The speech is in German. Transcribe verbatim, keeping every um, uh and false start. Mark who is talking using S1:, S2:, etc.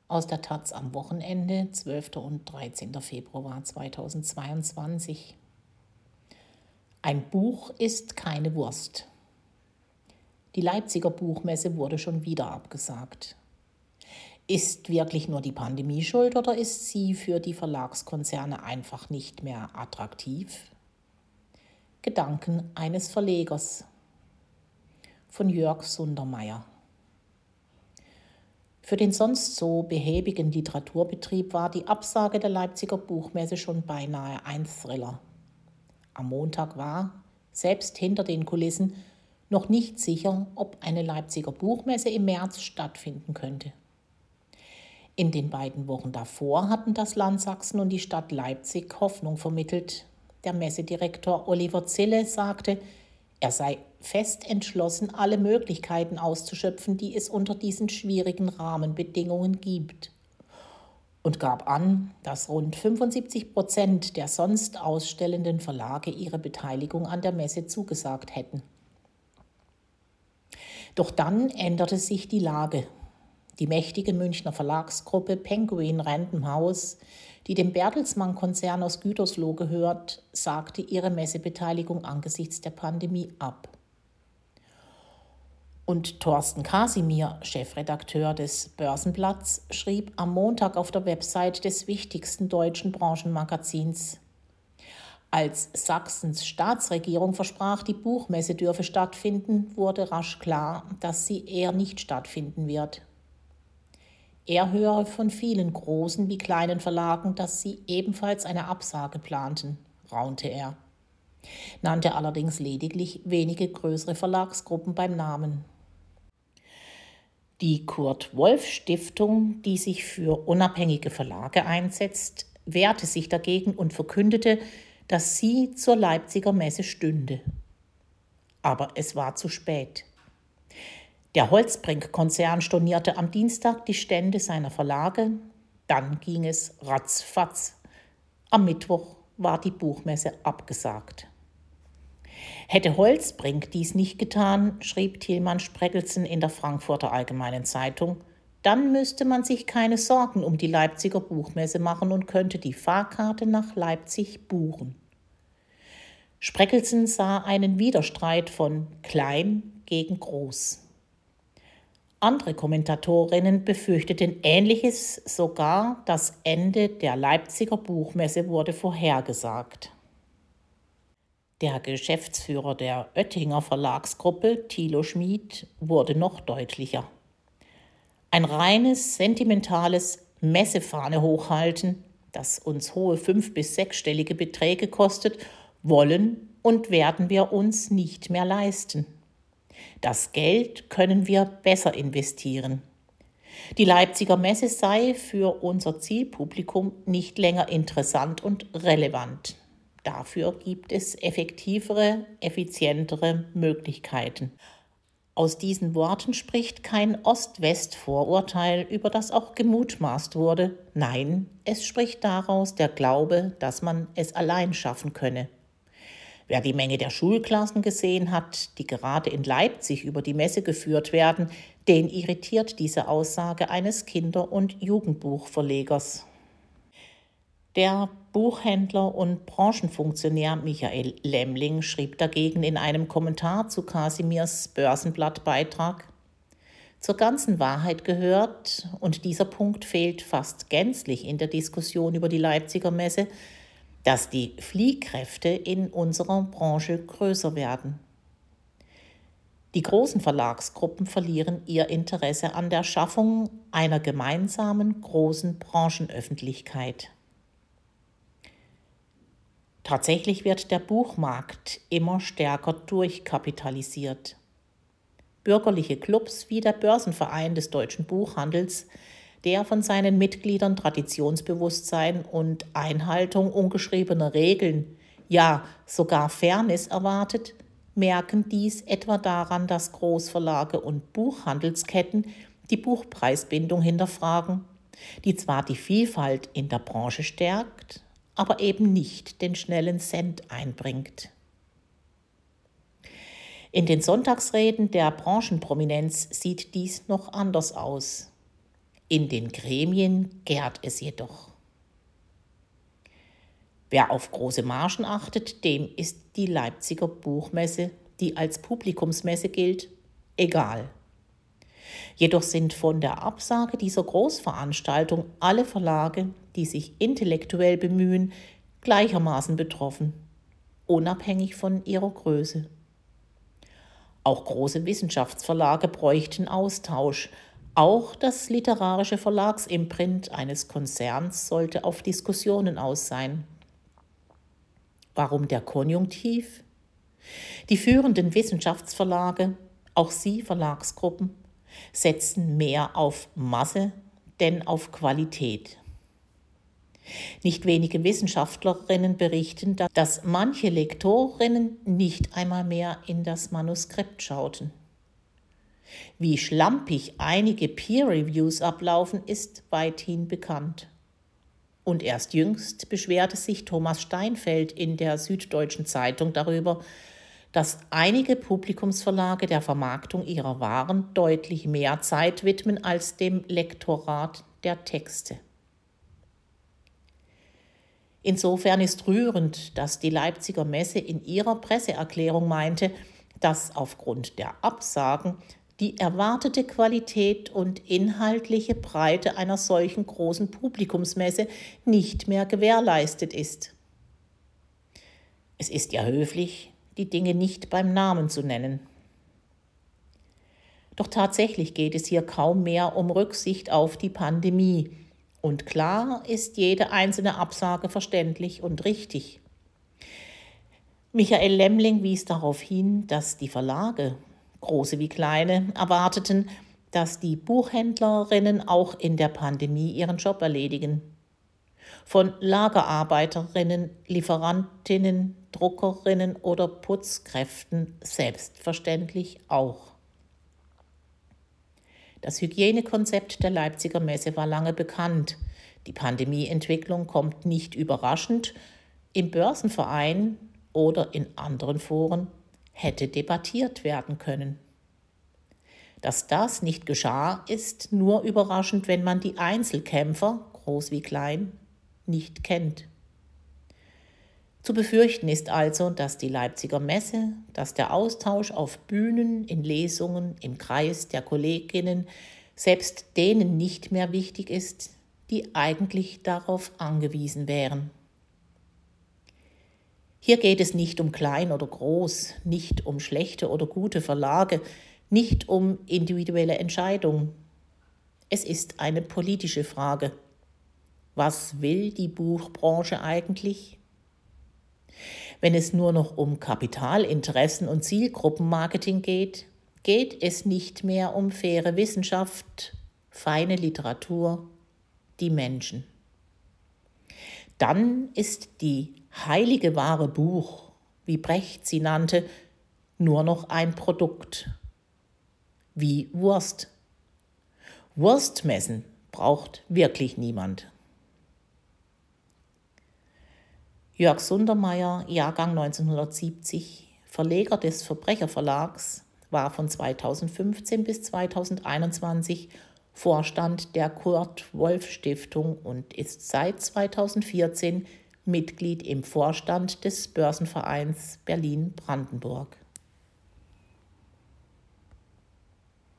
S1: Aus der Taz am Wochenende, zwölfter und dreizehnter Februar zweitausendzweiundzwanzig. Ein Buch ist keine Wurst. Die Leipziger Buchmesse wurde schon wieder abgesagt. Ist wirklich nur die Pandemie schuld oder ist sie für die Verlagskonzerne einfach nicht mehr attraktiv? Gedanken eines Verlegers von Jörg Sundermeier. Für den sonst so behäbigen Literaturbetrieb war die Absage der Leipziger Buchmesse schon beinahe ein Thriller. Am Montag war, selbst hinter den Kulissen, noch nicht sicher, ob eine Leipziger Buchmesse im März stattfinden könnte. In den beiden Wochen davor hatten das Land Sachsen und die Stadt Leipzig Hoffnung vermittelt. Der Messedirektor Oliver Zille sagte, er sei fest entschlossen, alle Möglichkeiten auszuschöpfen, die es unter diesen schwierigen Rahmenbedingungen gibt. Und gab an, dass rund fünfundsiebzig Prozent der sonst ausstellenden Verlage ihre Beteiligung an der Messe zugesagt hätten. Doch dann änderte sich die Lage. Die mächtige Münchner Verlagsgruppe Penguin Random House, die dem Bertelsmann-Konzern aus Gütersloh gehört, sagte ihre Messebeteiligung angesichts der Pandemie ab. Und Thorsten Kasimir, Chefredakteur des Börsenblatts, schrieb am Montag auf der Website des wichtigsten deutschen Branchenmagazins: Als Sachsens Staatsregierung versprach, die Buchmesse dürfe stattfinden, wurde rasch klar, dass sie eher nicht stattfinden wird. Er höre von vielen großen wie kleinen Verlagen, dass sie ebenfalls eine Absage planten, raunte er, nannte allerdings lediglich wenige größere Verlagsgruppen beim Namen. Die Kurt-Wolf-Stiftung, die sich für unabhängige Verlage einsetzt, wehrte sich dagegen und verkündete, dass sie zur Leipziger Messe stünde. Aber es war zu spät. Der Holzbrink-Konzern stornierte am Dienstag die Stände seiner Verlage, dann ging es ratzfatz. Am Mittwoch war die Buchmesse abgesagt. Hätte Holzbrink dies nicht getan, schrieb Tilman Spreckelsen in der Frankfurter Allgemeinen Zeitung, dann müsste man sich keine Sorgen um die Leipziger Buchmesse machen und könnte die Fahrkarte nach Leipzig buchen. Spreckelsen sah einen Widerstreit von klein gegen groß. Andere Kommentatorinnen befürchteten Ähnliches, sogar das Ende der Leipziger Buchmesse wurde vorhergesagt. Der Geschäftsführer der Oettinger Verlagsgruppe, Thilo Schmid, wurde noch deutlicher. Ein reines, sentimentales Messefahne hochhalten, das uns hohe fünf- bis sechsstellige Beträge kostet, wollen und werden wir uns nicht mehr leisten. Das Geld können wir besser investieren. Die Leipziger Messe sei für unser Zielpublikum nicht länger interessant und relevant. Dafür gibt es effektivere, effizientere Möglichkeiten. Aus diesen Worten spricht kein Ost-West-Vorurteil, über das auch gemutmaßt wurde. Nein, es spricht daraus der Glaube, dass man es allein schaffen könne. Wer die Menge der Schulklassen gesehen hat, die gerade in Leipzig über die Messe geführt werden, den irritiert diese Aussage eines Kinder- und Jugendbuchverlegers. Der Buchhändler und Branchenfunktionär Michael Lemmling schrieb dagegen in einem Kommentar zu Kasimirs Börsenblatt-Beitrag: Zur ganzen Wahrheit gehört, und dieser Punkt fehlt fast gänzlich in der Diskussion über die Leipziger Messe, dass die Fliehkräfte in unserer Branche größer werden. Die großen Verlagsgruppen verlieren ihr Interesse an der Schaffung einer gemeinsamen großen Branchenöffentlichkeit. Tatsächlich wird der Buchmarkt immer stärker durchkapitalisiert. Bürgerliche Clubs wie der Börsenverein des deutschen Buchhandels, der von seinen Mitgliedern Traditionsbewusstsein und Einhaltung ungeschriebener Regeln, ja sogar Fairness erwartet, merken dies etwa daran, dass Großverlage und Buchhandelsketten die Buchpreisbindung hinterfragen, die zwar die Vielfalt in der Branche stärkt, aber eben nicht den schnellen Cent einbringt. In den Sonntagsreden der Branchenprominenz sieht dies noch anders aus. In den Gremien gärt es jedoch. Wer auf große Margen achtet, dem ist die Leipziger Buchmesse, die als Publikumsmesse gilt, egal. Jedoch sind von der Absage dieser Großveranstaltung alle Verlage, die sich intellektuell bemühen, gleichermaßen betroffen, unabhängig von ihrer Größe. Auch große Wissenschaftsverlage bräuchten Austausch. Auch das literarische Verlagsimprint eines Konzerns sollte auf Diskussionen aus sein. Warum der Konjunktiv? Die führenden Wissenschaftsverlage, auch sie Verlagsgruppen, setzen mehr auf Masse denn auf Qualität. Nicht wenige Wissenschaftlerinnen berichten, dass manche Lektorinnen nicht einmal mehr in das Manuskript schauten. Wie schlampig einige Peer-Reviews ablaufen, ist weithin bekannt. Und erst jüngst beschwerte sich Thomas Steinfeld in der Süddeutschen Zeitung darüber, dass einige Publikumsverlage der Vermarktung ihrer Waren deutlich mehr Zeit widmen als dem Lektorat der Texte. Insofern ist rührend, dass die Leipziger Messe in ihrer Presseerklärung meinte, dass aufgrund der Absagen die erwartete Qualität und inhaltliche Breite einer solchen großen Publikumsmesse nicht mehr gewährleistet ist. Es ist ja höflich, die Dinge nicht beim Namen zu nennen. Doch tatsächlich geht es hier kaum mehr um Rücksicht auf die Pandemie. Und klar ist jede einzelne Absage verständlich und richtig. Michael Lemmling wies darauf hin, dass die Verlage, große wie kleine, erwarteten, dass die Buchhändlerinnen auch in der Pandemie ihren Job erledigen. Von Lagerarbeiterinnen, Lieferantinnen, Druckerinnen oder Putzkräften selbstverständlich auch. Das Hygienekonzept der Leipziger Messe war lange bekannt. Die Pandemieentwicklung kommt nicht überraschend. Im Börsenverein oder in anderen Foren hätte debattiert werden können. Dass das nicht geschah, ist nur überraschend, wenn man die Einzelkämpfer, groß wie klein, nicht kennt. Zu befürchten ist also, dass die Leipziger Messe, dass der Austausch auf Bühnen, in Lesungen, im Kreis der Kolleginnen selbst denen nicht mehr wichtig ist, die eigentlich darauf angewiesen wären. Hier geht es nicht um klein oder groß, nicht um schlechte oder gute Verlage, nicht um individuelle Entscheidungen. Es ist eine politische Frage. Was will die Buchbranche eigentlich? Wenn es nur noch um Kapitalinteressen und Zielgruppenmarketing geht, geht es nicht mehr um faire Wissenschaft, feine Literatur, die Menschen. Dann ist die heilige Ware Buch, wie Brecht sie nannte, nur noch ein Produkt. Wie Wurst. Wurstmessen braucht wirklich niemand. Jörg Sundermeier, Jahrgang neunzehnhundertsiebzig, Verleger des Verbrecherverlags, war von zweitausendfünfzehn bis zweitausendeinundzwanzig Vorstand der Kurt-Wolff-Stiftung und ist seit zweitausendvierzehn Mitglied im Vorstand des Börsenvereins Berlin-Brandenburg.